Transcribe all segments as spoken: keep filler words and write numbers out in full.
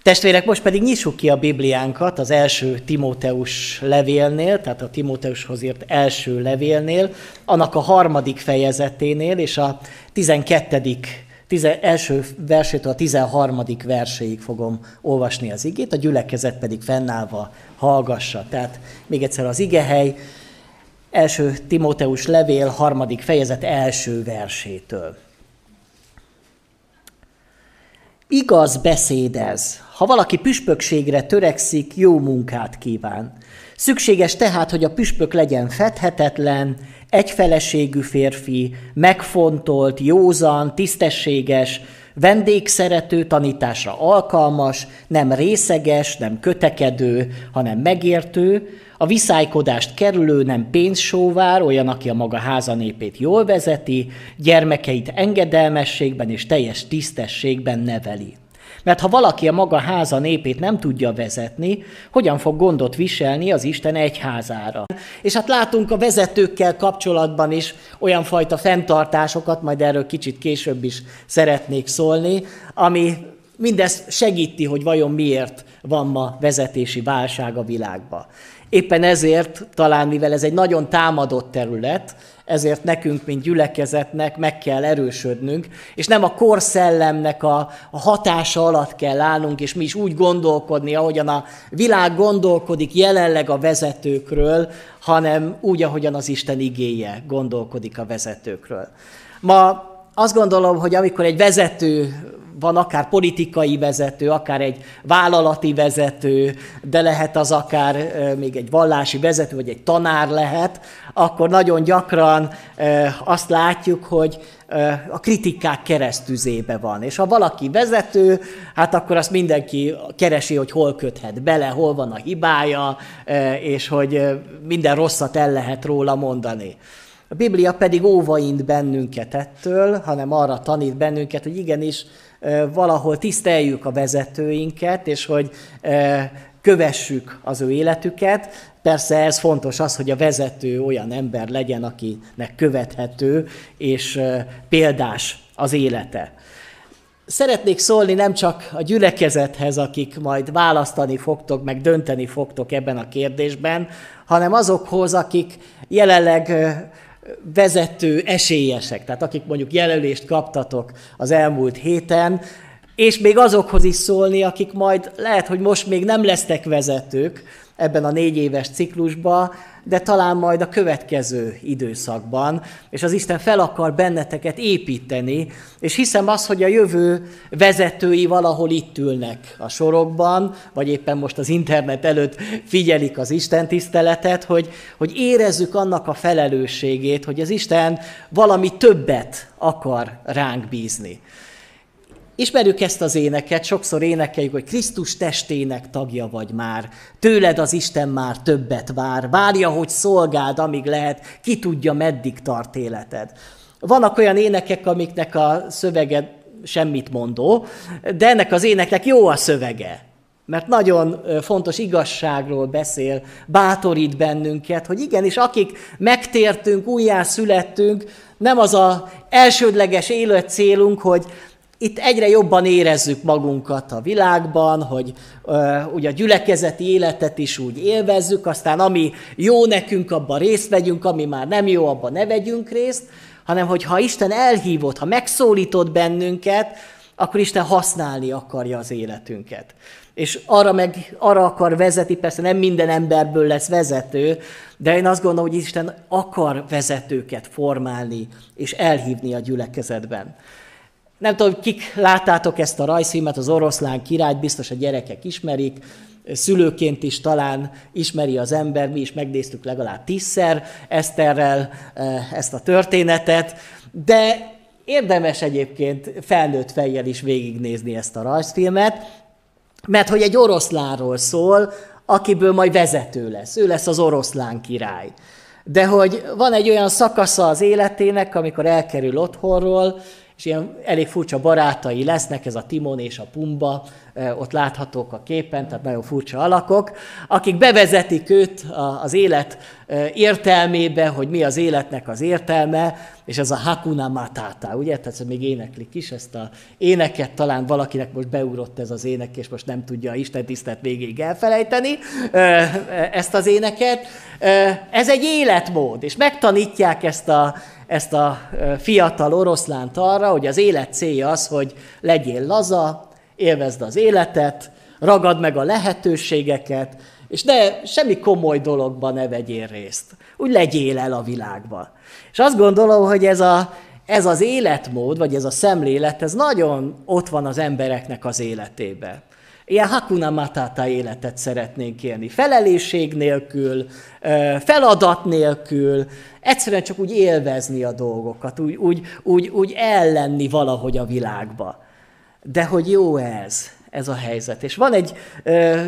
Testvérek, most pedig nyissuk ki a Bibliánkat az első Timóteus levélnél, tehát a Timóteushoz írt első levélnél, annak a harmadik fejezeténél, és a tizenkettedik Tize, első versétől a tizenharmadik verséig fogom olvasni az igét, a gyülekezet pedig fennállva hallgassa. Tehát még egyszer az igehely, első Timóteus levél, harmadik fejezet első versétől. Igaz beszéd ez. Ha valaki püspökségre törekszik, jó munkát kíván. Szükséges tehát, hogy a püspök legyen fedhetetlen, egyfeleségű férfi, megfontolt, józan, tisztességes, vendégszerető, tanításra alkalmas, nem részeges, nem kötekedő, hanem megértő, a viszálykodást kerülő, nem pénzsóvár, olyan, aki a maga házanépét jól vezeti, gyermekeit engedelmességben és teljes tisztességben neveli. Mert ha valaki a maga háza népét nem tudja vezetni, hogyan fog gondot viselni az Isten egyházára? És hát látunk a vezetőkkel kapcsolatban is olyan fajta fenntartásokat, majd erről kicsit később is szeretnék szólni, ami mindezt segíti, hogy vajon miért van ma vezetési válság a világban. Éppen ezért, talán mivel ez egy nagyon támadott terület, ezért nekünk, mint gyülekezetnek meg kell erősödnünk, és nem a korszellemnek a, a hatása alatt kell állnunk, és mi is úgy gondolkodni, ahogyan a világ gondolkodik jelenleg a vezetőkről, hanem úgy, ahogyan az Isten igéje gondolkodik a vezetőkről. Ma azt gondolom, hogy amikor egy vezető van, akár politikai vezető, akár egy vállalati vezető, de lehet az akár még egy vallási vezető, vagy egy tanár lehet, akkor nagyon gyakran azt látjuk, hogy a kritikák keresztüzébe van. És ha valaki vezető, hát akkor azt mindenki keresi, hogy hol köthet bele, hol van a hibája, és hogy minden rosszat el lehet róla mondani. A Biblia pedig óvaint bennünket ettől, hanem arra tanít bennünket, hogy igenis valahol tiszteljük a vezetőinket, és hogy kövessük az ő életüket. Persze ez fontos az, hogy a vezető olyan ember legyen, akinek követhető, és példás az élete. Szeretnék szólni nem csak a gyülekezethez, akik majd választani fogtok, meg dönteni fogtok ebben a kérdésben, hanem azokhoz, akik jelenleg vezető esélyesek, tehát akik mondjuk jelölést kaptatok az elmúlt héten, és még azokhoz is szólni, akik majd lehet, hogy most még nem lesznek vezetők ebben a négy éves ciklusban, de talán majd a következő időszakban, és az Isten fel akar benneteket építeni, és hiszem azt, hogy a jövő vezetői valahol itt ülnek a sorokban, vagy éppen most az internet előtt figyelik az Isten tiszteletet, hogy, hogy érezzük annak a felelősségét, hogy az Isten valami többet akar ránk bízni. Ismerjük ezt az éneket, sokszor énekeljük, hogy Krisztus testének tagja vagy már, tőled az Isten már többet vár, várja, hogy szolgáld, amíg lehet, ki tudja, meddig tart életed. Vannak olyan énekek, amiknek a szövege semmit mondó, de ennek az éneknek jó a szövege, mert nagyon fontos igazságról beszél, bátorít bennünket, hogy igenis, akik megtértünk, újjászülettünk, nem az az elsődleges életcélunk, hogy itt egyre jobban érezzük magunkat a világban, hogy uh, ugye a gyülekezeti életet is úgy élvezzük, aztán ami jó nekünk, abban részt vegyünk, ami már nem jó, abban ne vegyünk részt, hanem hogy ha Isten elhívott, ha megszólított bennünket, akkor Isten használni akarja az életünket. És arra meg arra akar vezetni, persze nem minden emberből lesz vezető, de én azt gondolom, hogy Isten akar vezetőket formálni és elhívni a gyülekezetben. Nem tudom, kik láttátok ezt a rajzfilmet, az Oroszlán királyt, biztos a gyerekek ismerik, szülőként is talán ismeri az ember, mi is megnéztük legalább tízszer Eszterrel ezt a történetet, de érdemes egyébként felnőtt fejjel is végignézni ezt a rajzfilmet, mert hogy egy oroszlánról szól, akiből majd vezető lesz, ő lesz az oroszlán király. De hogy van egy olyan szakasza az életének, amikor elkerül otthonról, és ilyen elég furcsa barátai lesznek, ez a Timon és a Pumba, ott láthatók a képen, tehát nagyon furcsa alakok, akik bevezetik őt az élet értelmébe, hogy mi az életnek az értelme, és ez a Hakuna Matata, ugye? Tehát még éneklik is ezt a éneket, talán valakinek most beugrott ez az ének, és most nem tudja Isten tisztelt végéig elfelejteni ezt az éneket. Ez egy életmód, és megtanítják ezt a, ezt a fiatal oroszlánt arra, hogy az élet célja az, hogy legyél laza, élvezd az életet, ragad meg a lehetőségeket, és ne, semmi komoly dologban ne vegyél részt. Úgy legyél el a világba. És azt gondolom, hogy ez, a, ez az életmód, vagy ez a szemlélet, ez nagyon ott van az embereknek az életében. Ilyen Hakuna Matata életet szeretnénk élni. Felelősség nélkül, feladat nélkül, egyszerűen csak úgy élvezni a dolgokat, úgy, úgy, úgy, úgy ellenni valahogy a világba. De hogy jó ez, ez a helyzet. És van egy ö,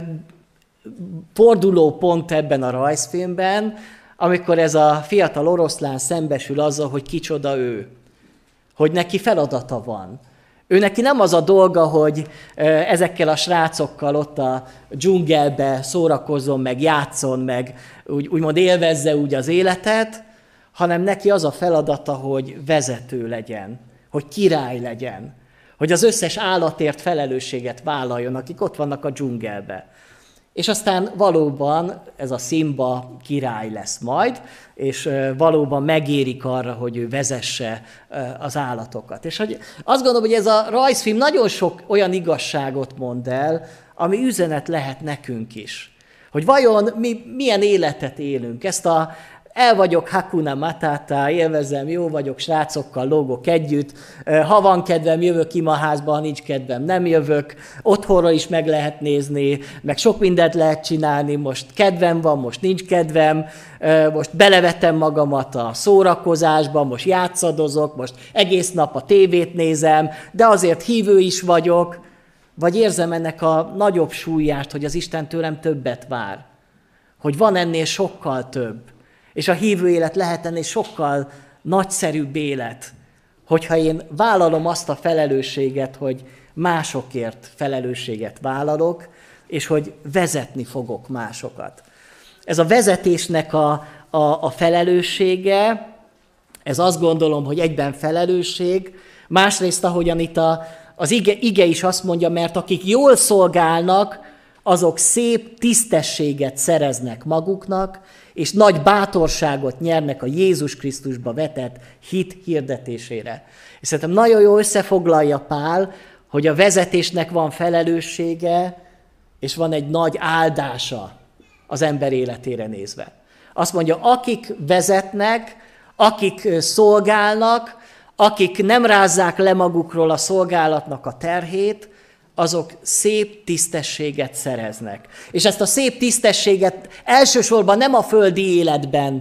forduló pont ebben a rajzfilmben, amikor ez a fiatal oroszlán szembesül azzal, hogy kicsoda ő, hogy neki feladata van. Ő neki nem az a dolga, hogy ezekkel a srácokkal ott a dzsungelbe szórakozzon, meg játszon, meg úgy, úgymond élvezze úgy az életet, hanem neki az a feladata, hogy vezető legyen, hogy király legyen, hogy az összes állatért felelősséget vállaljon, akik ott vannak a dzsungelbe. És aztán valóban ez a Simba király lesz majd, és valóban megérik arra, hogy ő vezesse az állatokat. És hogy azt gondolom, hogy ez a rajzfilm nagyon sok olyan igazságot mond el, ami üzenet lehet nekünk is. Hogy vajon mi milyen életet élünk. Ezt a el vagyok Hakuna Matata, élvezem, jó vagyok, srácokkal lógok együtt, ha van kedvem, jövök imaházba, ha nincs kedvem, nem jövök, otthonra is meg lehet nézni, meg sok mindent lehet csinálni, most kedvem van, most nincs kedvem, most belevetem magamat a szórakozásba, most játszadozok, most egész nap a tévét nézem, de azért hívő is vagyok, vagy érzem ennek a nagyobb súlyát, hogy az Isten tőlem többet vár, hogy van ennél sokkal több. És a hívő élet lehet ennél sokkal nagyszerűbb élet, hogyha én vállalom azt a felelősséget, hogy másokért felelősséget vállalok, és hogy vezetni fogok másokat. Ez a vezetésnek a, a, a felelőssége, ez azt gondolom, hogy egyben felelősség, másrészt, ahogyan itt a, az ige, ige is azt mondja, mert akik jól szolgálnak, azok szép tisztességet szereznek maguknak, és nagy bátorságot nyernek a Jézus Krisztusba vetett hit hirdetésére. És szerintem nagyon jól összefoglalja Pál, hogy a vezetésnek van felelőssége, és van egy nagy áldása az ember életére nézve. Azt mondja, akik vezetnek, akik szolgálnak, akik nem rázzák le magukról a szolgálatnak a terhét, azok szép tisztességet szereznek. És ezt a szép tisztességet elsősorban nem a földi életben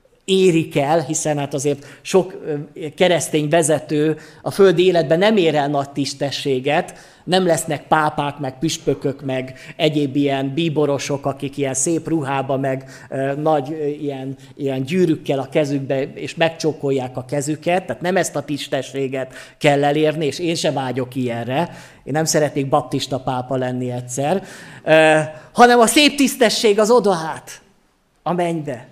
érik el, hiszen hát azért sok keresztény vezető a földi életben nem ér el nagy tisztességet, nem lesznek pápák, meg püspökök, meg egyéb ilyen bíborosok, akik ilyen szép ruhába, meg e, nagy ilyen, ilyen gyűrűkkel a kezükbe, és megcsókolják a kezüket, tehát nem ezt a tisztességet kell elérni, és én se vágyok ilyenre, én nem szeretnék baptista pápa lenni egyszer, e, hanem a szép tisztesség az odaát, a mennybe.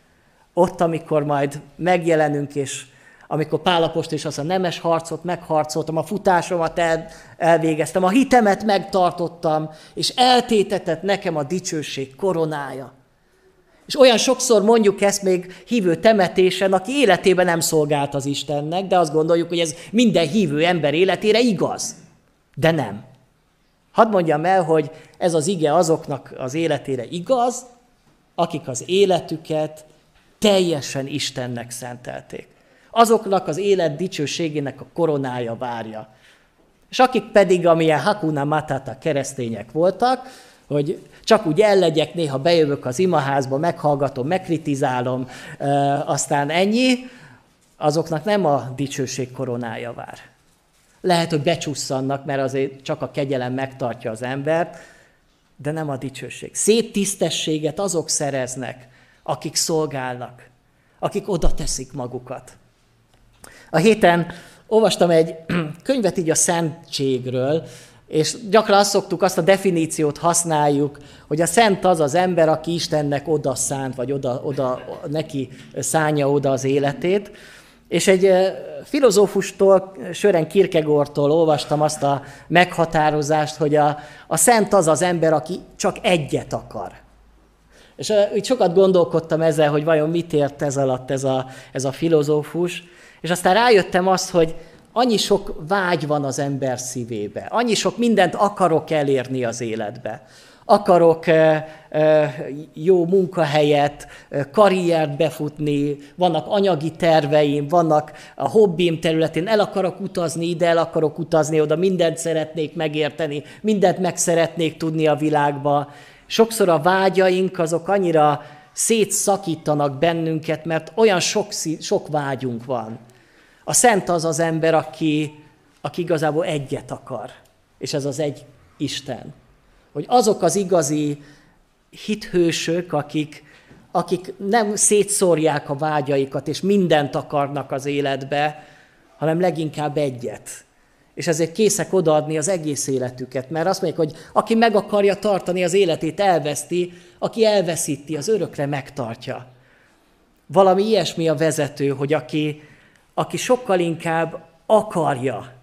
Ott, amikor majd megjelenünk, és amikor Pál apostol is azt a nemes harcot megharcoltam, a futásomat el, elvégeztem, a hitemet megtartottam, és eltétetett nekem a dicsőség koronája. És olyan sokszor mondjuk ezt még hívő temetésen, aki életében nem szolgált az Istennek, de azt gondoljuk, hogy ez minden hívő ember életére igaz. De nem. Hadd mondjam el, hogy ez az ige azoknak az életére igaz, akik az életüket teljesen Istennek szentelték. Azoknak az élet dicsőségének a koronája várja. És akik pedig, amilyen Hakuna Matata keresztények voltak, hogy csak úgy ellegyek, néha bejövök az imaházba, meghallgatom, megkritizálom, aztán ennyi, azoknak nem a dicsőség koronája vár. Lehet, hogy becsusszannak, mert azért csak a kegyelem megtartja az embert, de nem a dicsőség. Szép tisztességet azok szereznek, akik szolgálnak, akik oda teszik magukat. A héten olvastam egy könyvet így a szentségről, és gyakran azt szoktuk, azt a definíciót használjuk, hogy a szent az az ember, aki Istennek oda szánt, vagy oda, oda neki szánja oda az életét. És egy filozófustól, Sören Kierkegaardtól olvastam azt a meghatározást, hogy a, a szent az az ember, aki csak egyet akar. És uh, úgy sokat gondolkodtam ezzel, hogy vajon mit ért ez alatt ez a, ez a filozófus, és aztán rájöttem azt, hogy annyi sok vágy van az ember szívébe, annyi sok mindent akarok elérni az életbe. Akarok uh, uh, jó munkahelyet, uh, karriert befutni, vannak anyagi terveim, vannak a hobbim területén, el akarok utazni ide, el akarok utazni oda, mindent szeretnék megérteni, mindent meg szeretnék tudni a világba. Sokszor a vágyaink azok annyira szétszakítanak bennünket, mert olyan sok, sok vágyunk van. A szent az az ember, aki, aki igazából egyet akar, és ez az egy Isten. Hogy azok az igazi hithősök, akik, akik nem szétszórják a vágyaikat, és mindent akarnak az életbe, hanem leginkább egyet. És ezért készek odaadni az egész életüket, mert azt mondják, hogy aki meg akarja tartani az életét, elveszti, aki elveszíti, az örökre megtartja. Valami ilyesmi a vezető, hogy aki, aki sokkal inkább akarja,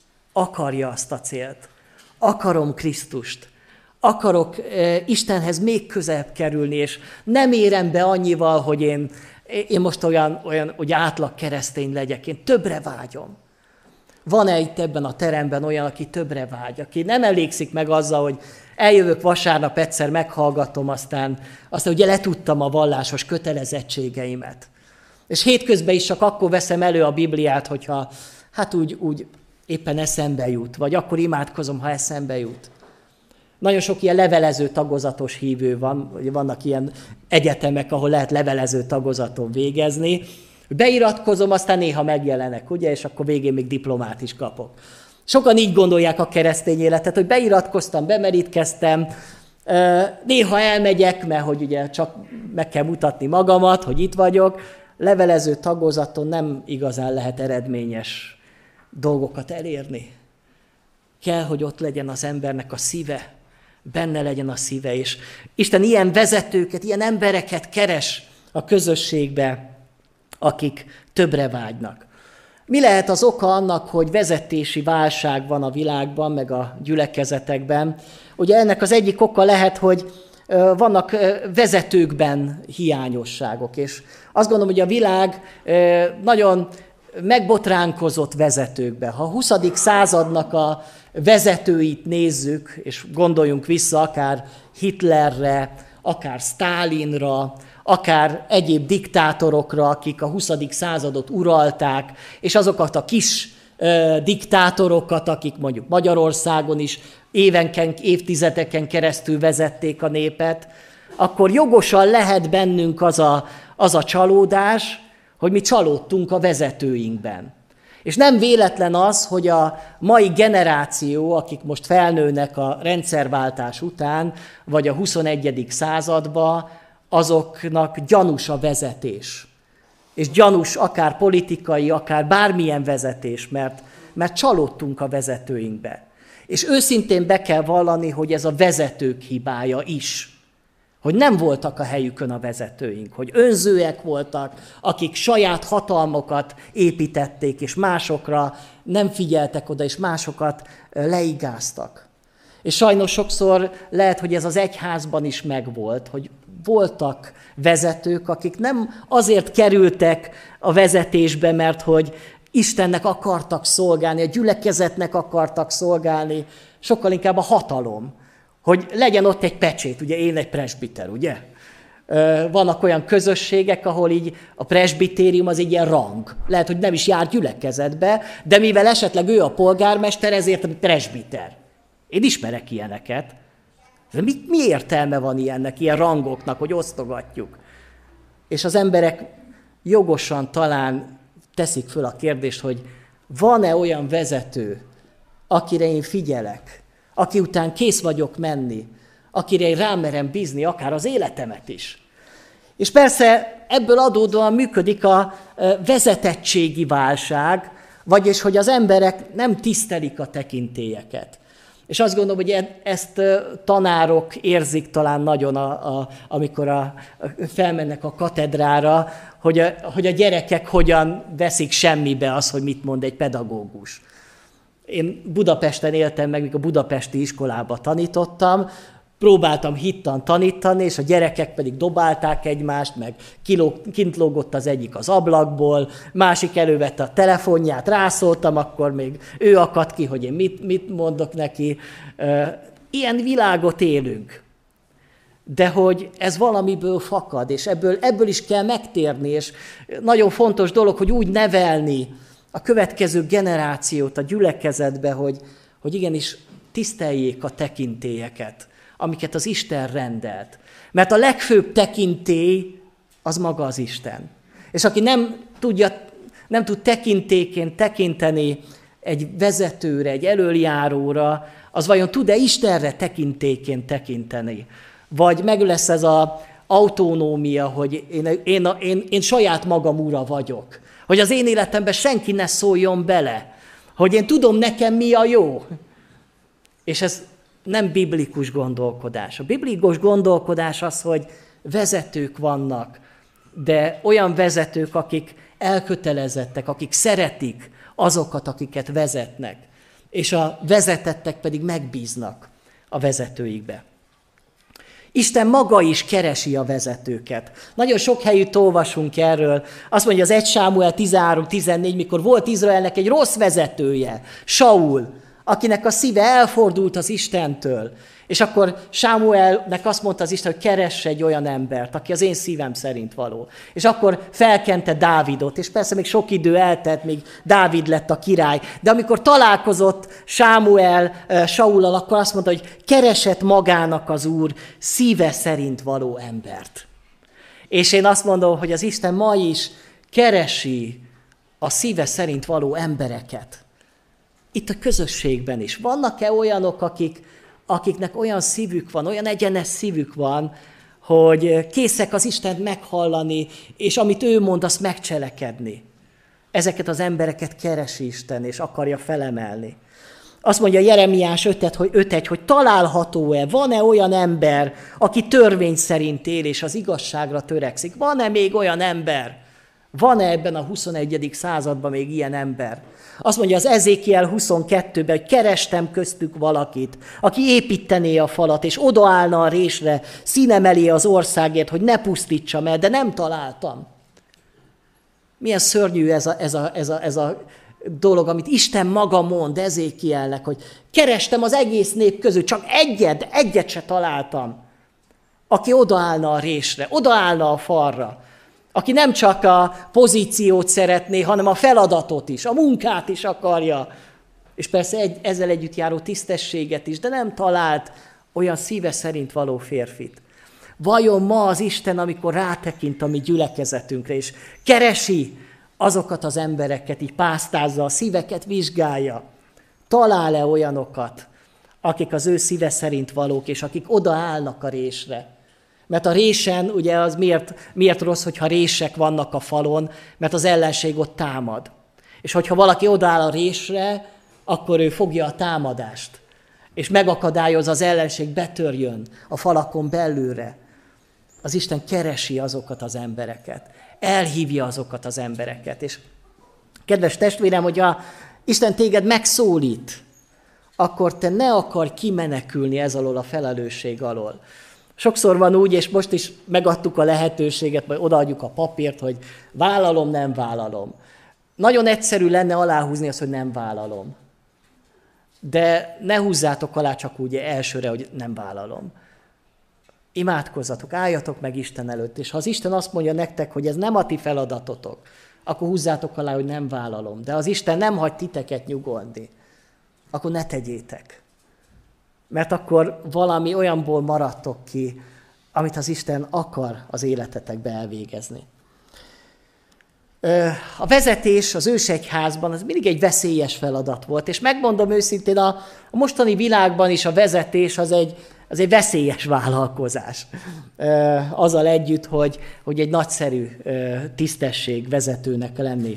akarja azt a célt. Akarom Krisztust, akarok e, Istenhez még közelebb kerülni, és nem érem be annyival, hogy én, én most olyan, olyan hogy átlag keresztény legyek, én többre vágyom. Van-e itt ebben a teremben olyan, aki többre vágy, aki nem elégszik meg azzal, hogy eljövök vasárnap egyszer, meghallgatom, aztán, aztán ugye letudtam a vallásos kötelezettségeimet. És hétközben is csak akkor veszem elő a Bibliát, hogyha hát úgy, úgy éppen eszembe jut, vagy akkor imádkozom, ha eszembe jut. Nagyon sok ilyen levelező tagozatos hívő van, vannak ilyen egyetemek, ahol lehet levelező tagozaton végezni. Beiratkozom, aztán néha megjelenek, ugye, és akkor végén még diplomát is kapok. Sokan így gondolják a keresztény életet, hogy beiratkoztam, bemerítkeztem, néha elmegyek, mert hogy ugye csak meg kell mutatni magamat, hogy itt vagyok. Levelező tagozaton nem igazán lehet eredményes dolgokat elérni. Kell, hogy ott legyen az embernek a szíve, benne legyen a szíve, és Isten ilyen vezetőket, ilyen embereket keres a közösségbe, akik többre vágynak. Mi lehet az oka annak, hogy vezetési válság van a világban, meg a gyülekezetekben? Ugye ennek az egyik oka lehet, hogy vannak vezetőkben hiányosságok, és azt gondolom, hogy a világ nagyon megbotránkozott vezetőkbe. Ha a huszadik századnak a vezetőit nézzük, és gondoljunk vissza akár Hitlerre, akár Sztálinra, akár egyéb diktátorokra, akik a huszadik századot uralták, és azokat a kis ö, diktátorokat, akik mondjuk Magyarországon is évenken, évtizedeken keresztül vezették a népet, akkor jogosan lehet bennünk az a, az a csalódás, hogy mi csalódtunk a vezetőinkben. És nem véletlen az, hogy a mai generáció, akik most felnőnek a rendszerváltás után, vagy a huszonegyedik században, azoknak gyanús a vezetés. És gyanús akár politikai, akár bármilyen vezetés, mert, mert csalódtunk a vezetőinkbe. És őszintén be kell vallani, hogy ez a vezetők hibája is. Hogy nem voltak a helyükön a vezetőink, hogy önzőek voltak, akik saját hatalmokat építették, és másokra nem figyeltek oda, és másokat leigáztak. És sajnos sokszor lehet, hogy ez az egyházban is megvolt, hogy voltak vezetők, akik nem azért kerültek a vezetésbe, mert hogy Istennek akartak szolgálni, a gyülekezetnek akartak szolgálni, sokkal inkább a hatalom. Hogy legyen ott egy pecsét, ugye én egy presbiter, ugye? Vannak olyan közösségek, ahol így a presbitérium az egy ilyen rang. Lehet, hogy nem is jár gyülekezetbe, de mivel esetleg ő a polgármester, ezért a presbiter. Én ismerek ilyeneket. De mi, mi értelme van ilyennek, ilyen rangoknak, hogy osztogatjuk? És az emberek jogosan talán teszik föl a kérdést, hogy van-e olyan vezető, akire én figyelek, aki után kész vagyok menni, akire én rámerem bízni akár az életemet is. És persze ebből adódóan működik a vezetettségi válság, vagyis hogy az emberek nem tisztelik a tekintélyeket. És azt gondolom, hogy e- ezt tanárok érzik talán nagyon, a, a, amikor a, a, felmennek a katedrára, hogy a, hogy a gyerekek hogyan veszik semmibe azt, hogy mit mond egy pedagógus. Én Budapesten éltem meg, mikor a budapesti iskolába tanítottam, próbáltam hittan tanítani, és a gyerekek pedig dobálták egymást, meg kint lógott az egyik az ablakból, másik elővette a telefonját, rászóltam, akkor még ő akadt ki, hogy én mit, mit mondok neki. Ilyen világot élünk. De hogy ez valamiből fakad, és ebből, ebből is kell megtérni, és nagyon fontos dolog, hogy úgy nevelni a következő generációt a gyülekezetbe, hogy, hogy igenis tiszteljék a tekintélyeket, amiket az Isten rendelt. Mert a legfőbb tekintély az maga az Isten. És aki nem tudja, nem tud tekintélyként tekinteni egy vezetőre, egy elöljáróra, az vajon tud-e Istenre tekintélyként tekinteni? Vagy meg lesz ez az autonómia, hogy én, én, én, én saját magam ura vagyok. Hogy az én életemben senki ne szóljon bele. Hogy én tudom nekem mi a jó. És ez nem biblikus gondolkodás. A biblikus gondolkodás az, hogy vezetők vannak, de olyan vezetők, akik elkötelezettek, akik szeretik azokat, akiket vezetnek. És a vezetettek pedig megbíznak a vezetőikbe. Isten maga is keresi a vezetőket. Nagyon sok helyütt olvasunk erről. Azt mondja az első Sámuel tizenhárom tizennégy, mikor volt Izraelnek egy rossz vezetője, Saul, akinek a szíve elfordult az Istentől. És akkor Sámuelnek azt mondta az Isten, hogy keresse egy olyan embert, aki az én szívem szerint való. És akkor felkente Dávidot, és persze még sok idő eltelt, még Dávid lett a király. De amikor találkozott Sámuel Saullal, akkor azt mondta, hogy keresett magának az Úr szíve szerint való embert. És én azt mondom, hogy az Isten ma is keresi a szíve szerint való embereket. Itt a közösségben is. Vannak-e olyanok, akik, akiknek olyan szívük van, olyan egyenes szívük van, hogy készek az Istent meghallani, és amit ő mond, azt megcselekedni. Ezeket az embereket keresi Isten, és akarja felemelni. Azt mondja Jeremiás öt egy, hogy található-e, van-e olyan ember, aki törvény szerint él, és az igazságra törekszik? Van-e még olyan ember? Van-e ebben a huszonegyedik században még ilyen ember? Azt mondja az Ezékiel huszonkettőben, hogy kerestem köztük valakit, aki építené a falat, és odaállna a résre, színem elé az országért, hogy ne pusztítsam el, de nem találtam. Milyen szörnyű ez a, ez a, ez a, ez a dolog, amit Isten maga mond Ezékielnek, hogy kerestem az egész nép közül, csak egyet, egyet se találtam, aki odaállna a résre, odaállna a falra. Aki nem csak a pozíciót szeretné, hanem a feladatot is, a munkát is akarja. És persze egy, ezzel együtt járó tisztességet is, de nem talált olyan szíve szerint való férfit. Vajon ma az Isten, amikor rátekint a mi gyülekezetünkre, és keresi azokat az embereket, így pásztázza, a szíveket vizsgálja, talál-e olyanokat, akik az ő szíve szerint valók, és akik odaállnak a résre? Mert a résen, ugye az miért, miért rossz, hogyha rések vannak a falon, mert az ellenség ott támad. És hogyha valaki odaáll a résre, akkor ő fogja a támadást, és megakadályozza az ellenség, betörjön a falakon belülre. Az Isten keresi azokat az embereket, elhívja azokat az embereket. És kedves testvérem, hogyha Isten téged megszólít, akkor te ne akarj kimenekülni ez alól a felelősség alól. Sokszor van úgy, és most is megadtuk a lehetőséget, majd odaadjuk a papírt, hogy vállalom, nem vállalom. Nagyon egyszerű lenne aláhúzni azt, hogy nem vállalom. De ne húzzátok alá csak úgy elsőre, hogy nem vállalom. Imádkozzatok, álljatok meg Isten előtt, és ha az Isten azt mondja nektek, hogy ez nem a ti feladatotok, akkor húzzátok alá, hogy nem vállalom. De az Isten nem hagy titeket nyugodni, akkor ne tegyétek. Mert akkor valami olyanból maradtok ki, amit az Isten akar az életetekbe elvégezni. A vezetés az ősegyházban az mindig egy veszélyes feladat volt, és megmondom őszintén, a mostani világban is a vezetés az egy, az egy veszélyes vállalkozás. Azzal együtt, hogy, hogy egy nagyszerű tisztesség vezetőnek lenni.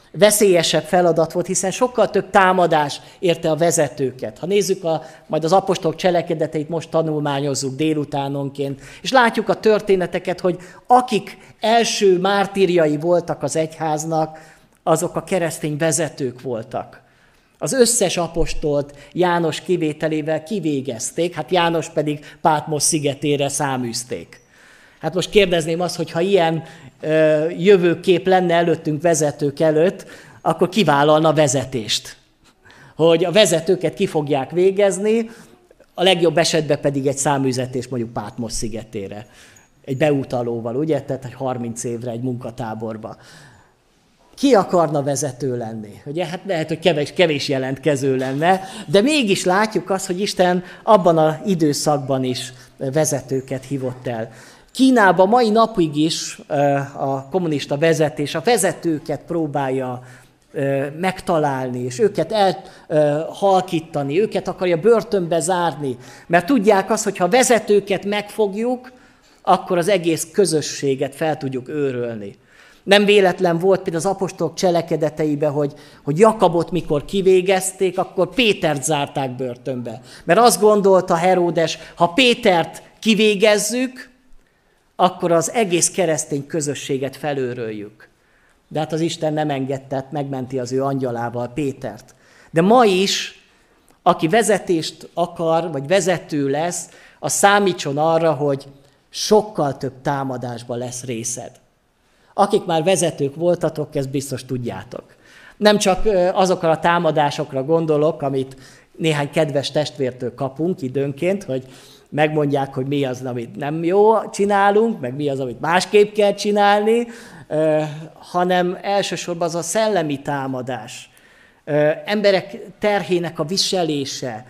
veszélyesebb feladat volt, hiszen sokkal több támadás érte a vezetőket. Ha nézzük a, majd az apostolok cselekedeteit, most tanulmányozzuk délutánonként, és látjuk a történeteket, hogy akik első mártírjai voltak az egyháznak, azok a keresztény vezetők voltak. Az összes apostolt János kivételével kivégezték, hát János pedig Pátmos szigetére száműzték. Hát most kérdezném azt, hogy ha ilyen ö, jövőkép lenne előttünk vezetők előtt, akkor kivállalna vezetést. Hogy a vezetőket ki fogják végezni, a legjobb esetben pedig egy száműzetés mondjuk Pátmos szigetére. Egy beutalóval, ugye? Tehát egy harminc évre egy munkatáborba. Ki akarna vezető lenni? Ugye, hát lehet, hogy kevés, kevés jelentkező lenne, de mégis látjuk azt, hogy Isten abban az időszakban is vezetőket hívott el. Kínában mai napig is a kommunista vezetés a vezetőket próbálja megtalálni, és őket elhalkítani, őket akarja börtönbe zárni, mert tudják azt, hogy ha vezetőket megfogjuk, akkor az egész közösséget fel tudjuk őrölni. Nem véletlen volt például az apostolok cselekedeteiben, hogy, hogy Jakabot mikor kivégezték, akkor Pétert zárták börtönbe. Mert azt gondolta Heródes, ha Pétert kivégezzük, akkor az egész keresztény közösséget felőröljük. De hát az Isten nem engedte, megmenti az ő angyalával Pétert. De ma is, aki vezetést akar, vagy vezető lesz, az számítson arra, hogy sokkal több támadásban lesz részed. Akik már vezetők voltatok, ezt biztos tudjátok. Nem csak azokra a támadásokra gondolok, amit néhány kedves testvértől kapunk időnként, hogy megmondják, hogy mi az, amit nem jó csinálunk, meg mi az, amit másképp kell csinálni, hanem elsősorban az a szellemi támadás. Emberek terhének a viselése,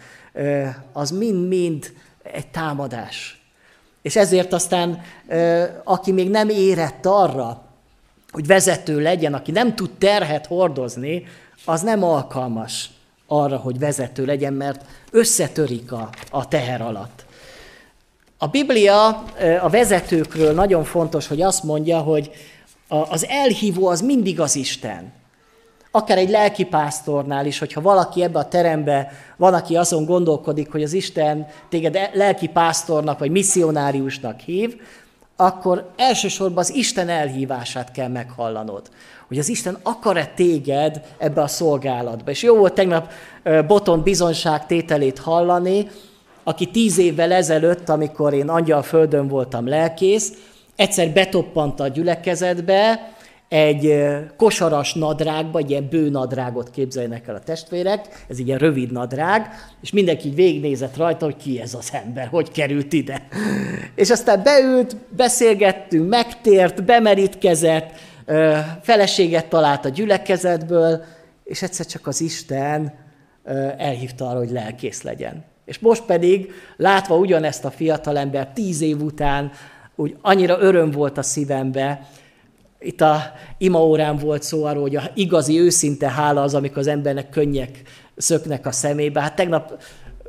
az mind-mind egy támadás. És ezért aztán, aki még nem érett arra, hogy vezető legyen, aki nem tud terhet hordozni, az nem alkalmas arra, hogy vezető legyen, mert összetörik a, a teher alatt. A Biblia a vezetőkről nagyon fontos, hogy azt mondja, hogy az elhívó az mindig az Isten. Akár egy lelkipásztornál is, hogyha valaki ebbe a terembe van, aki azon gondolkodik, hogy az Isten téged lelkipásztornak vagy misszionáriusnak hív, akkor elsősorban az Isten elhívását kell meghallanod. Hogy az Isten akar-e téged ebbe a szolgálatba. És jó volt tegnap Botont bizonyságtételét hallani, aki tíz évvel ezelőtt, amikor én Angyalföldön voltam lelkész, egyszer betoppant a gyülekezetbe, egy kosaras nadrágba, egy ilyen bőnadrágot képzeljenek el a testvérek, ez ilyen rövid nadrág, és mindenki így végignézett rajta, hogy ki ez az ember, hogy került ide. És aztán beült, beszélgettünk, megtért, bemerítkezett, feleséget talált a gyülekezetből, és egyszer csak az Isten elhívta arra, hogy lelkész legyen. És most pedig, látva ugyanezt a fiatalember tíz év után, úgy annyira öröm volt a szívembe. Itt a imaórán volt szó arról, hogy a igazi, őszinte hála az, amikor az embernek könnyek szöknek a szemébe. Hát tegnap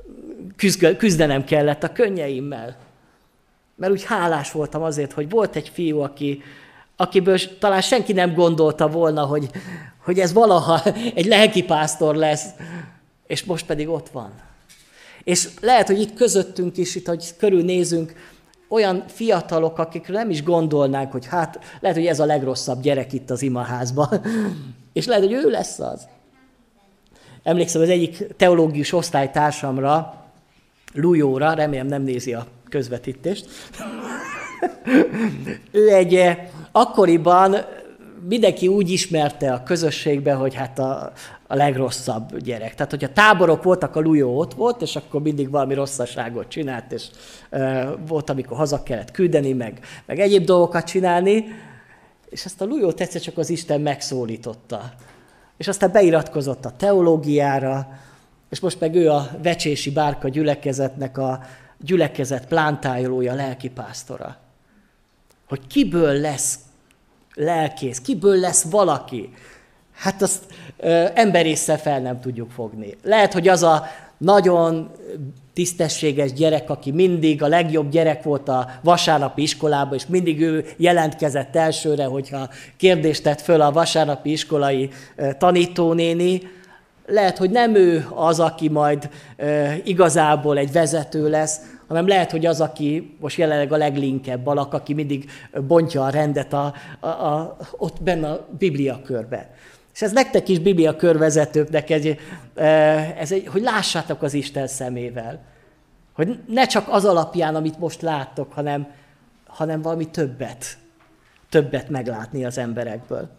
küzdenem kellett a könnyeimmel. Mert úgy hálás voltam azért, hogy volt egy fiú, aki, akiből talán senki nem gondolta volna, hogy, hogy ez valaha egy lelkipásztor lesz, és most pedig ott van. És lehet, hogy itt közöttünk is, itt, hogy körülnézünk, olyan fiatalok, akikről nem is gondolnánk, hogy hát lehet, hogy ez a legrosszabb gyerek itt az imaházban, és lehet, hogy ő lesz az. Emlékszem az egyik teológius osztálytársamra, Lujóra, remélem nem nézi a közvetítést. Ő egy akkoriban mindenki úgy ismerte a közösségben, hogy hát a, a legrosszabb gyerek. Tehát, hogyha táborok voltak, a Lujó ott volt, és akkor mindig valami rosszaságot csinált, és uh, volt, amikor haza kellett küldeni, meg, meg egyéb dolgokat csinálni, és azt a Lujót egyszer csak az Isten megszólította. És aztán beiratkozott a teológiára, és most meg ő a Vecsési Bárka gyülekezetnek a gyülekezet plántájolója, lelkipásztora. Hogy kiből lesz lelkész, kiből lesz valaki? Hát azt ö, emberésszel fel nem tudjuk fogni. Lehet, hogy az a nagyon tisztességes gyerek, aki mindig a legjobb gyerek volt a vasárnapi iskolában, és mindig ő jelentkezett elsőre, hogyha kérdést tett föl a vasárnapi iskolai tanítónéni. Lehet, hogy nem ő az, aki majd igazából egy vezető lesz, hanem lehet, hogy az, aki most jelenleg a leglinkebb alak, aki mindig bontja a rendet a, a, a, ott benne a bibliakörbe. És ez nektek is bibliakörvezetőknek, egy, ez egy, hogy lássátok az Isten szemével. Hogy ne csak az alapján, amit most láttok, hanem, hanem valami többet, többet meglátni az emberekből.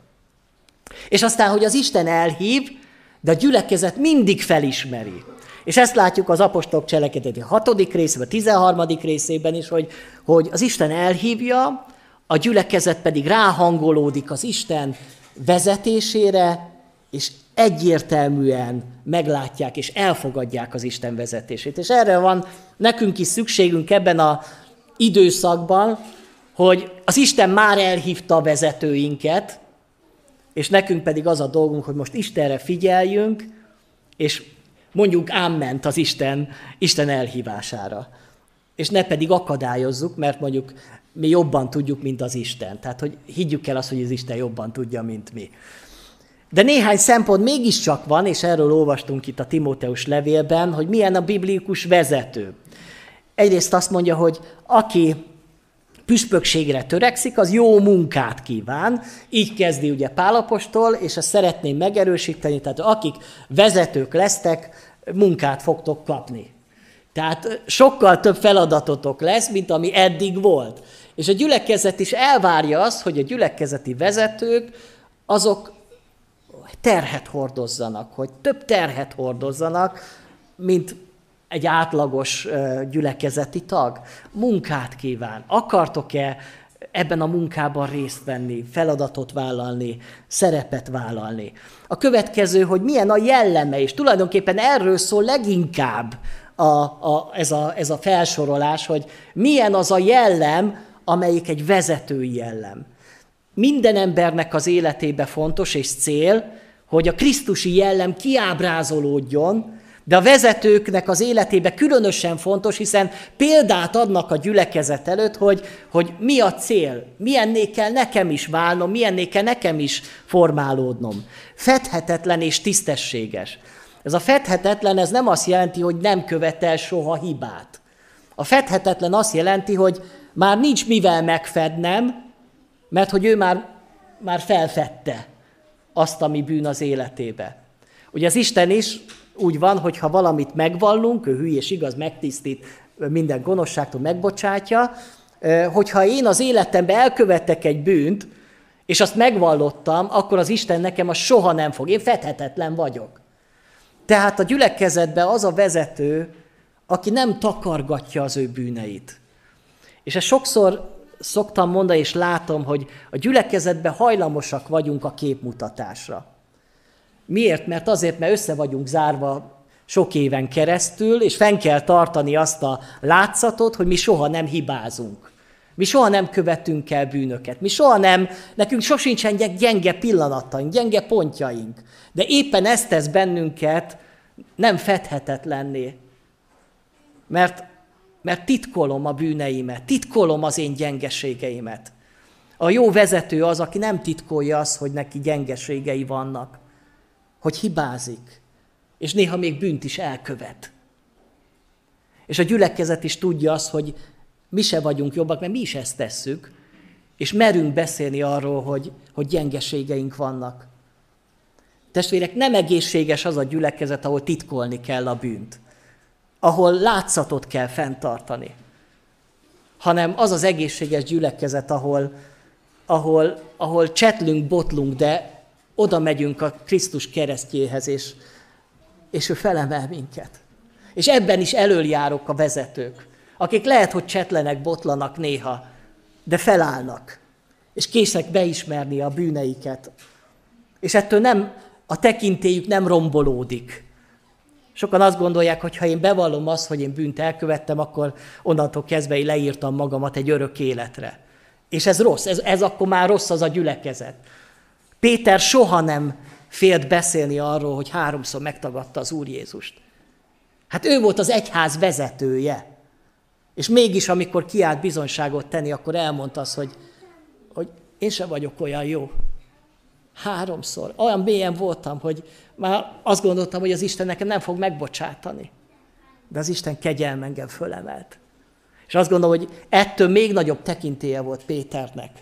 És aztán, hogy az Isten elhív, de a gyülekezet mindig felismeri. És ezt látjuk az apostolok cselekedeti hatodik részében, a tizenharmadik részében is, hogy, hogy az Isten elhívja, a gyülekezet pedig ráhangolódik az Isten vezetésére, és egyértelműen meglátják és elfogadják az Isten vezetését. És erre van nekünk is szükségünk ebben az időszakban, hogy az Isten már elhívta a vezetőinket, és nekünk pedig az a dolgunk, hogy most Istenre figyeljünk, és mondjuk ámment az Isten, Isten elhívására. És ne pedig akadályozzuk, mert mondjuk mi jobban tudjuk, mint az Isten. Tehát, hogy higgyük el azt, hogy az Isten jobban tudja, mint mi. De néhány szempont mégiscsak van, és erről olvastunk itt a Timóteus levélben, hogy milyen a biblikus vezető. Egyrészt azt mondja, hogy aki püspökségre törekszik, az jó munkát kíván. Így kezdi ugye Pál apostol, és ezt szeretném megerősíteni, tehát akik vezetők lesztek, munkát fogtok kapni. Tehát sokkal több feladatotok lesz, mint ami eddig volt. És a gyülekezet is elvárja azt, hogy a gyülekezeti vezetők azok terhet hordozzanak, hogy több terhet hordozzanak, mint egy átlagos gyülekezeti tag. Munkát kíván. Akartok-e ebben a munkában részt venni, feladatot vállalni, szerepet vállalni? A következő, hogy milyen a jelleme, és tulajdonképpen erről szól leginkább a, a, ez, a, ez a felsorolás, hogy milyen az a jellem, amelyik egy vezetői jellem. Minden embernek az életébe fontos és cél, hogy a krisztusi jellem kiábrázolódjon, de a vezetőknek az életébe különösen fontos, hiszen példát adnak a gyülekezet előtt, hogy, hogy mi a cél, milyenné kell nekem is válnom, milyenné kell nekem is formálódnom. Fedhetetlen és tisztességes. Ez a fedhetetlen, ez nem azt jelenti, hogy nem követel soha hibát. A fedhetetlen azt jelenti, hogy már nincs mivel megfednem, mert hogy ő már, már felfedte azt, ami bűn az életébe. Ugye az Isten is úgy van, hogy ha valamit megvallunk, ő hű és igaz, megtisztít, minden gonoszságtól megbocsátja, hogyha én az életemben elkövettek egy bűnt, és azt megvallottam, akkor az Isten nekem azt soha nem fog. Én fedhetetlen vagyok. Tehát a gyülekezetben az a vezető, aki nem takargatja az ő bűneit. És ezt sokszor szoktam mondani, és látom, hogy a gyülekezetben hajlamosak vagyunk a képmutatásra. Miért? Mert azért, mert össze vagyunk zárva sok éven keresztül, és fenn kell tartani azt a látszatot, hogy mi soha nem hibázunk. Mi soha nem követünk el bűnöket. Mi soha nem, nekünk sosincsen gyenge pillanataink, gyenge pontjaink. De éppen ezt tesz bennünket nem fedhetetlenné. Mert, mert titkolom a bűneimet, titkolom az én gyengeségeimet. A jó vezető az, aki nem titkolja azt, hogy neki gyengeségei vannak, hogy hibázik, és néha még bűnt is elkövet. És a gyülekezet is tudja azt, hogy mi se vagyunk jobbak, mert mi is ezt tesszük, és merünk beszélni arról, hogy, hogy gyengeségeink vannak. Testvérek, nem egészséges az a gyülekezet, ahol titkolni kell a bűnt, ahol látszatot kell fenntartani, hanem az az egészséges gyülekezet, ahol, ahol, ahol csetlünk, botlunk, de oda megyünk a Krisztus keresztjéhez, és, és ő felemel minket. És ebben is elöljárok a vezetők, akik lehet, hogy csetlenek, botlanak néha, de felállnak, és készek beismerni a bűneiket. És ettől nem, a tekintélyük nem rombolódik. Sokan azt gondolják, hogy ha én bevallom azt, hogy én bűnt elkövettem, akkor onnantól kezdve én leírtam magamat egy örök életre. És ez rossz, ez, ez akkor már rossz az a gyülekezet. Péter soha nem félt beszélni arról, hogy háromszor megtagadta az Úr Jézust. Hát ő volt az egyház vezetője. És mégis, amikor kiállt bizonyságot tenni, akkor elmondta azt, hogy, hogy én sem vagyok olyan jó. Háromszor. Olyan mélyen voltam, hogy már azt gondoltam, hogy az Isten nekem nem fog megbocsátani. De az Isten kegyelme engem fölemelt. És azt gondolom, hogy ettől még nagyobb tekintélye volt Péternek.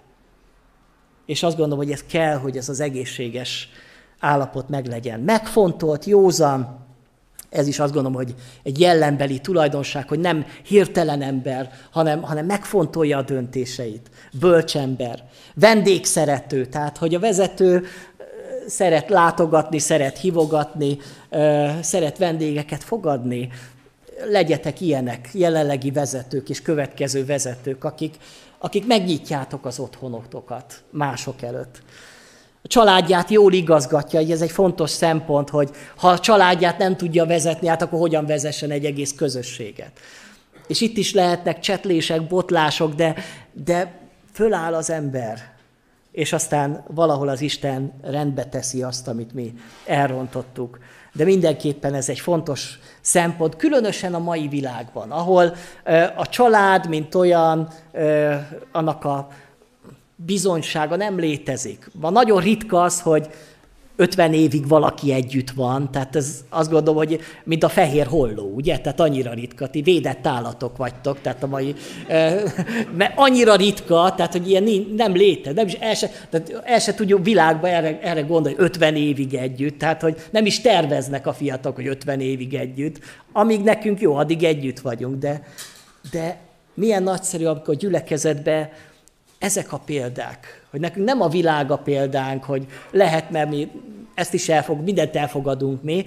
És azt gondolom, hogy ez kell, hogy ez az egészséges állapot meglegyen. Megfontolt, józan, ez is azt gondolom, hogy egy jellembeli tulajdonság, hogy nem hirtelen ember, hanem, hanem megfontolja a döntéseit. Bölcsember, vendégszerető, tehát hogy a vezető szeret látogatni, szeret hívogatni, szeret vendégeket fogadni. Legyetek ilyenek, jelenlegi vezetők és következő vezetők, akik, akik megnyitjátok az otthonotokat mások előtt. A családját jól igazgatja, ez egy fontos szempont, hogy ha a családját nem tudja vezetni, hát akkor hogyan vezessen egy egész közösséget. És itt is lehetnek csetlések, botlások, de, de föláll az ember, és aztán valahol az Isten rendbe teszi azt, amit mi elrontottuk. De mindenképpen ez egy fontos szempont, különösen a mai világban, ahol a család, mint olyan, annak a bizonysága nem létezik. Ma nagyon ritka az, hogy ötven évig valaki együtt van, tehát ez azt gondolom, hogy mint a fehér holló, ugye? Tehát annyira ritka, ti védett állatok vagytok, tehát a mai, mert annyira ritka, tehát hogy ilyen nem létezik, nem is el se, tehát el se tudjuk világban erre, erre gondolni, hogy ötven évig együtt, tehát hogy nem is terveznek a fiatalok, hogy ötven évig együtt, amíg nekünk jó, addig együtt vagyunk, de, de milyen nagyszerű, amikor a gyülekezetben ezek a példák, hogy nekünk nem a világ a példánk, hogy lehet, mert mi ezt is elfog, mindent elfogadunk mi,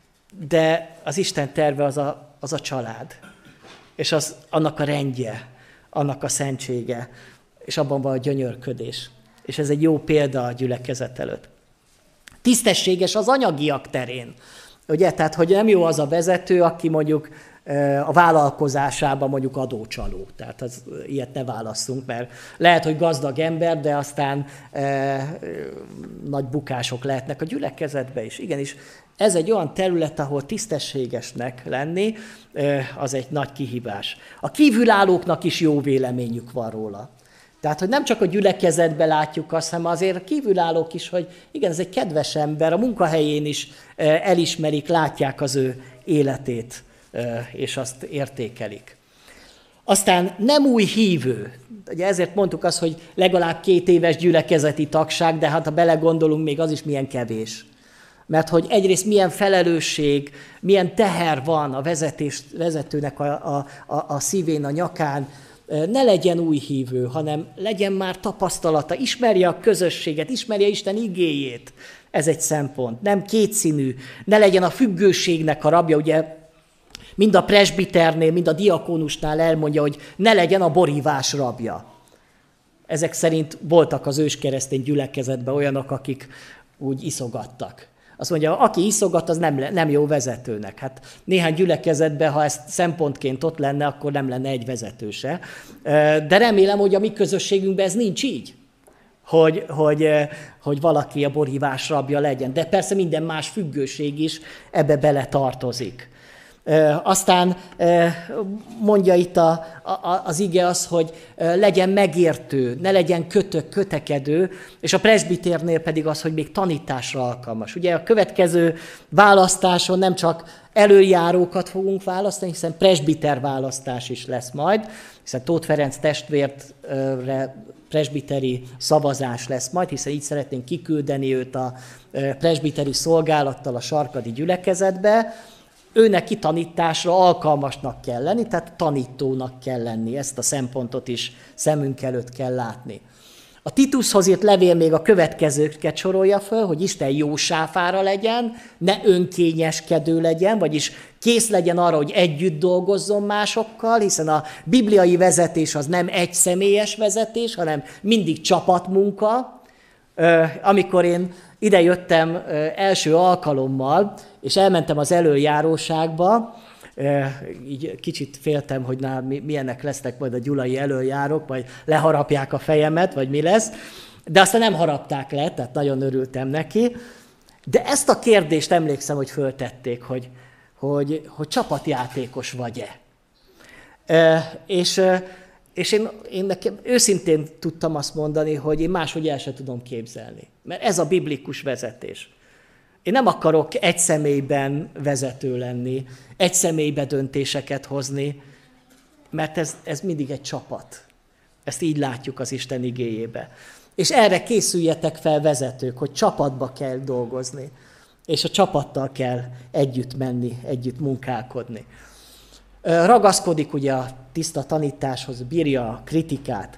de az Isten terve az a, az a család, és az annak a rendje, annak a szentsége, és abban van a gyönyörködés. És ez egy jó példa a gyülekezet előtt. Tisztességes az anyagiak terén. Ugye, tehát, hogy nem jó az a vezető, aki mondjuk a vállalkozásában mondjuk adócsaló. Tehát az, ilyet ne válasszunk, mert lehet, hogy gazdag ember, de aztán e, nagy bukások lehetnek a gyülekezetben is. Igenis, ez egy olyan terület, ahol tisztességesnek lenni, e, az egy nagy kihívás. A kívülállóknak is jó véleményük van róla. Tehát, hogy nem csak a gyülekezetben látjuk azt, hanem azért a kívülállók is, hogy igen, ez egy kedves ember, a munkahelyén is elismerik, látják az ő életét, és azt értékelik. Aztán nem új hívő. Ugye ezért mondtuk azt, hogy legalább két éves gyülekezeti tagság, de hát ha belegondolunk, még az is milyen kevés. Mert hogy egyrészt milyen felelősség, milyen teher van a vezetés, vezetőnek a, a, a, a szívén, a nyakán. Ne legyen új hívő, hanem legyen már tapasztalata, ismerje a közösséget, ismerje Isten igéjét. Ez egy szempont. Nem kétszínű, ne legyen a függőségnek a rabja, ugye mind a presbiternél, mind a diakónusnál elmondja, hogy ne legyen a borívás rabja. Ezek szerint voltak az őskeresztény gyülekezetben olyanok, akik úgy iszogattak. Azt mondja, aki iszogat, az nem, nem jó vezetőnek. Hát néhány gyülekezetben, ha ez szempontként ott lenne, akkor nem lenne egy vezető se. De remélem, hogy a mi közösségünkben ez nincs így, hogy, hogy, hogy valaki a borívás rabja legyen. De persze minden más függőség is ebbe bele tartozik. Aztán mondja itt a, a, az ige az, hogy legyen megértő, ne legyen kötök, kötekedő, és a presbitérnél pedig az, hogy még tanításra alkalmas. Ugye a következő választáson nem csak előjárókat fogunk választani, hiszen presbiter választás is lesz majd, hiszen Tóth Ferenc testvértre presbiteri szavazás lesz majd, hiszen így szeretnénk kiküldeni őt a presbiteri szolgálattal a sarkadi gyülekezetbe. Őnek kitanításra alkalmasnak kell lenni, tehát tanítónak kell lenni. Ezt a szempontot is szemünk előtt kell látni. A Titushoz írt levél még a következőket sorolja föl, hogy Isten jó sáfára legyen, ne önkényeskedő legyen, vagyis kész legyen arra, hogy együtt dolgozzon másokkal, hiszen a bibliai vezetés az nem egy személyes vezetés, hanem mindig csapatmunka. Amikor én ide jöttem első alkalommal, és elmentem az elöljáróságba, így kicsit féltem, hogy nálam milyenek lesznek majd a gyulai elöljárók, majd leharapják a fejemet, vagy mi lesz, de aztán nem harapták le, tehát nagyon örültem neki. De ezt a kérdést emlékszem, hogy föltették, hogy, hogy, hogy csapatjátékos vagy-e. E, és és én, én nekem őszintén tudtam azt mondani, hogy én máshogy el sem tudom képzelni. Mert ez a biblikus vezetés. Én nem akarok egy személyben vezető lenni, egy személyben döntéseket hozni, mert ez, ez mindig egy csapat. Ezt így látjuk az Isten igéjébe. És erre készüljetek fel vezetők, hogy csapatba kell dolgozni, és a csapattal kell együtt menni, együtt munkálkodni. Ragaszkodik ugye a tiszta tanításhoz, bírja a kritikát.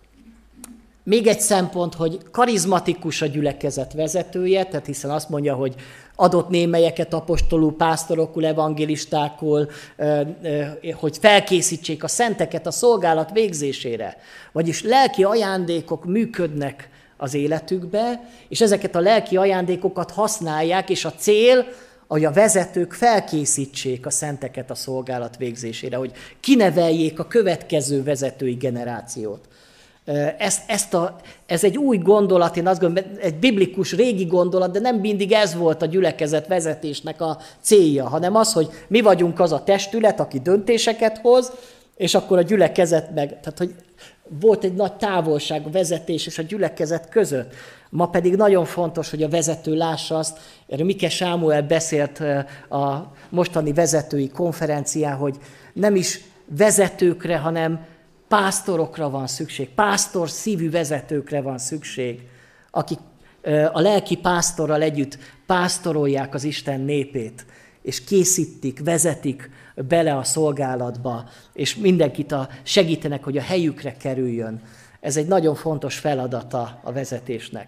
Még egy szempont, hogy karizmatikus a gyülekezet vezetője, tehát hiszen azt mondja, hogy adott némelyeket apostolul, pásztorokul, evangélistákul, hogy felkészítsék a szenteket a szolgálat végzésére. Vagyis lelki ajándékok működnek az életükbe, és ezeket a lelki ajándékokat használják, és a cél, hogy a vezetők felkészítsék a szenteket a szolgálat végzésére, hogy kineveljék a következő vezetői generációt. Ezt, ezt a, ez egy új gondolat, én azt gondolom, egy biblikus régi gondolat, de nem mindig ez volt a gyülekezet vezetésnek a célja, hanem az, hogy mi vagyunk az a testület, aki döntéseket hoz, és akkor a gyülekezet meg, tehát hogy volt egy nagy távolság a vezetés és a gyülekezet között. Ma pedig nagyon fontos, hogy a vezető lássa azt, erről Mike Sámuel beszélt a mostani vezetői konferencián, hogy nem is vezetőkre, hanem pásztorokra van szükség, pásztor szívű vezetőkre van szükség, akik a lelki pásztorral együtt pásztorolják az Isten népét, és készítik, vezetik bele a szolgálatba, és mindenkit a, segítenek, hogy a helyükre kerüljön. Ez egy nagyon fontos feladata a vezetésnek.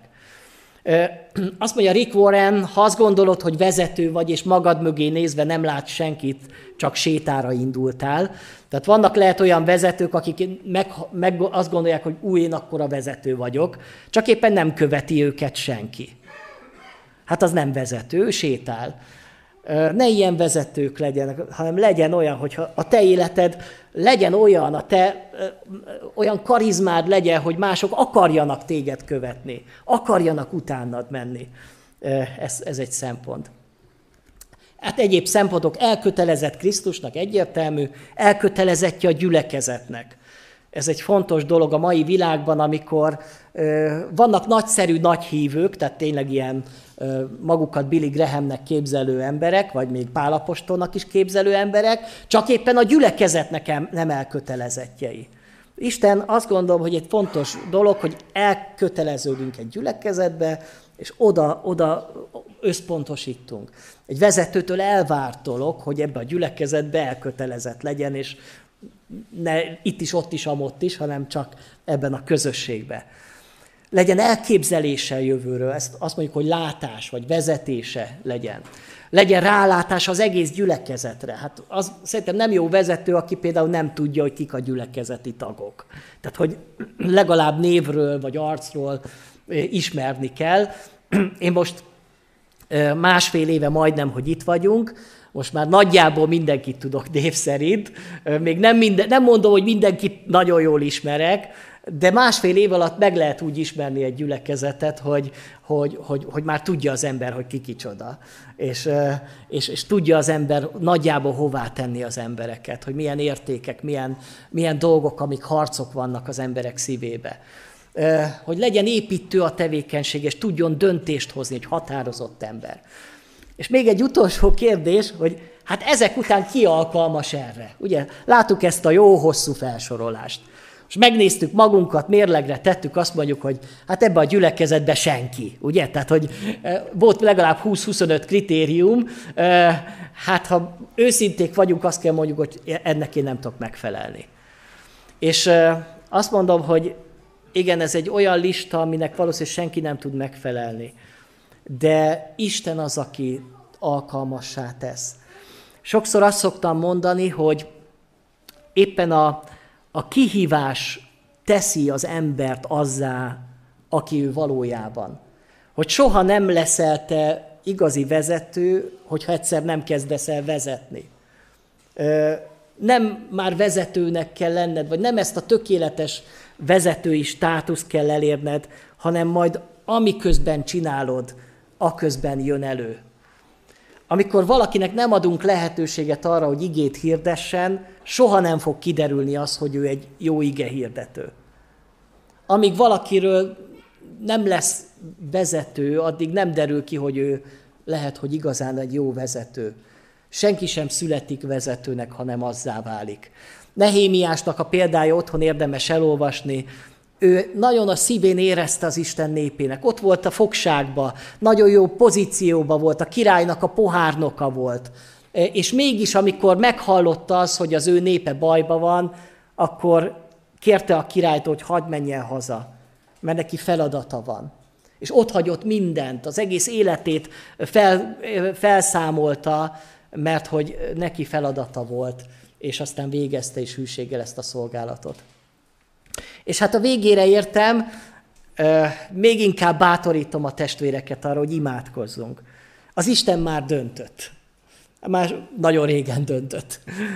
Azt mondja Rick Warren, ha azt gondolod, hogy vezető vagy, és magad mögé nézve nem látsz senkit, csak sétára indultál. Tehát vannak lehet olyan vezetők, akik meg, meg azt gondolják, hogy új, én akkora vezető vagyok, csak éppen nem követi őket senki. Hát az nem vezető, sétál. Ne ilyen vezetők legyenek, hanem legyen olyan, hogyha a te életed legyen olyan, a te olyan karizmád legyen, hogy mások akarjanak téged követni, akarjanak utánad menni. Ez, ez egy szempont. Hát egyéb szempontok, elkötelezett Krisztusnak egyértelmű, elkötelezettje a gyülekezetnek. Ez egy fontos dolog a mai világban, amikor ö, vannak nagyszerű nagy hívők, tehát tényleg ilyen ö, magukat Billy Grahamnek képzelő emberek, vagy még Pál apostolnak is képzelő emberek, csak éppen a gyülekezetnek nem elkötelezettjei. Isten azt gondolom, hogy egy fontos dolog, hogy elköteleződünk egy gyülekezetbe, és oda, oda összpontosítunk. Egy vezetőtől elvárt dolog, hogy ebbe a gyülekezetbe elkötelezett legyen, és ne itt is, ott is, amott is, hanem csak ebben a közösségben. Legyen elképzelése jövőről, ezt azt mondjuk, hogy látás, vagy vezetése legyen. Legyen rálátás az egész gyülekezetre. Hát az szerintem nem jó vezető, aki például nem tudja, hogy kik a gyülekezeti tagok. Tehát, hogy legalább névről, vagy arcról ismerni kell. Én most másfél éve majdnem, hogy itt vagyunk, most már nagyjából mindenkit tudok név szerint. Még nem, minden, nem mondom, hogy mindenkit nagyon jól ismerek, de másfél év alatt meg lehet úgy ismerni egy gyülekezetet, hogy, hogy, hogy, hogy már tudja az ember, hogy ki kicsoda. És, és, és tudja az ember nagyjából hová tenni az embereket, hogy milyen értékek, milyen, milyen dolgok, amik harcok vannak az emberek szívébe. Hogy legyen építő a tevékenység, és tudjon döntést hozni, egy határozott ember. És még egy utolsó kérdés, hogy hát ezek után ki alkalmas erre? Ugye, láttuk ezt a jó hosszú felsorolást. Most megnéztük magunkat, mérlegre tettük, azt mondjuk, hogy hát ebbe a gyülekezetbe senki, ugye? Tehát, hogy volt legalább húsz-huszonöt kritérium, hát ha őszinték vagyunk, azt kell mondjuk, hogy ennek én nem tudok megfelelni. És azt mondom, hogy igen, ez egy olyan lista, aminek valószínűleg senki nem tud megfelelni. De Isten az, aki alkalmassá tesz. Sokszor azt szoktam mondani, hogy éppen a, a kihívás teszi az embert azzá, aki ő valójában. Hogy soha nem leszel te igazi vezető, hogyha egyszer nem kezdesz el vezetni. Nem már vezetőnek kell lenned, vagy nem ezt a tökéletes vezetői státuszt kell elérned, hanem majd amiközben csinálod, aközben jön elő. amikor valakinek nem adunk lehetőséget arra, hogy igét hirdessen, soha nem fog kiderülni az, hogy ő egy jó ige hirdető. Amíg valakiről nem lesz vezető, addig nem derül ki, hogy ő lehet, hogy igazán egy jó vezető. Senki sem születik vezetőnek, hanem azzá válik. Nehémiásnak a példája otthon érdemes elolvasni. Ő nagyon a szívén érezte az Isten népének. Ott volt a fogságban, nagyon jó pozícióban volt, a királynak a pohárnoka volt. És mégis, amikor meghallotta az, hogy az ő népe bajba van, akkor kérte a királyt, hogy hadd menjen haza, mert neki feladata van. És ott hagyott mindent, az egész életét fel, felszámolta, mert hogy neki feladata volt, és aztán végezte is hűséggel ezt a szolgálatot. És hát a végére értem, még inkább bátorítom a testvéreket arra, hogy imádkozzunk. Az Isten már döntött. Már nagyon régen döntött.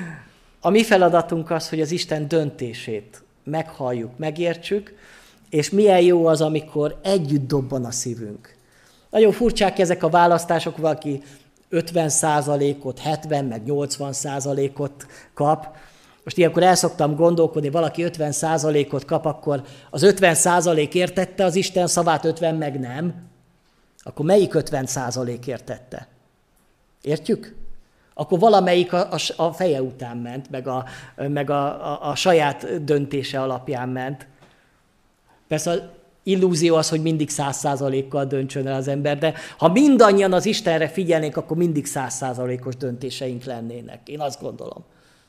A mi feladatunk az, hogy az Isten döntését meghalljuk, megértsük, és milyen jó az, amikor együtt dobban a szívünk. Nagyon furcsák ezek a választások, valaki ötven százalékot, hetven, meg nyolcvan százalékot kap. Most ilyenkor el szoktam gondolkodni, valaki ötven százalékot kap, akkor az ötven százalék értette az Isten szavát, ötven meg nem. Akkor melyik ötven százalék értette? Értjük? Akkor valamelyik a, a, a feje után ment, meg, a, meg a, a, a saját döntése alapján ment. Persze az illúzió az, hogy mindig száz százalékkal döntsön el az ember, de ha mindannyian az Istenre figyelnénk, akkor mindig száz százalékos döntéseink lennének. Én azt gondolom.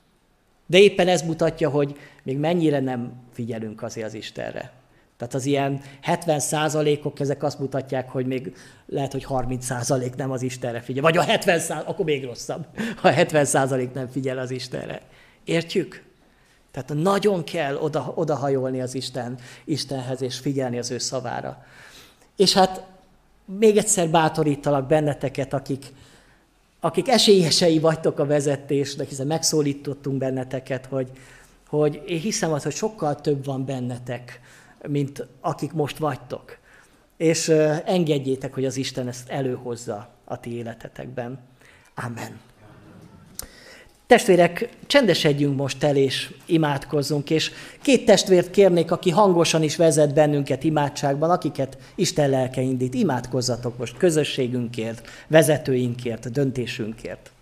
De éppen ez mutatja, hogy még mennyire nem figyelünk azért az Istenre. Tehát az ilyen hetven százalékok, ezek azt mutatják, hogy még lehet, hogy harminc százalék nem az Istenre figyel. Vagy a hetven százalék, akkor még rosszabb, ha hetven százalék nem figyel az Istenre. Értjük? Tehát nagyon kell oda, odahajolni az Isten, Istenhez, és figyelni az ő szavára. És hát még egyszer bátorítalak benneteket, akik, akik esélyesei vagytok a vezetésnek, hiszen megszólítottunk benneteket, hogy, hogy én hiszem az, hogy sokkal több van bennetek, mint akik most vagytok. És engedjétek, hogy az Isten ezt előhozza a ti életetekben. Amen. Testvérek, csendesedjünk most el, és imádkozzunk, és két testvért kérnék, aki hangosan is vezet bennünket imádságban, akiket Isten lelke indít. Imádkozzatok most közösségünkért, vezetőinkért, döntésünkért.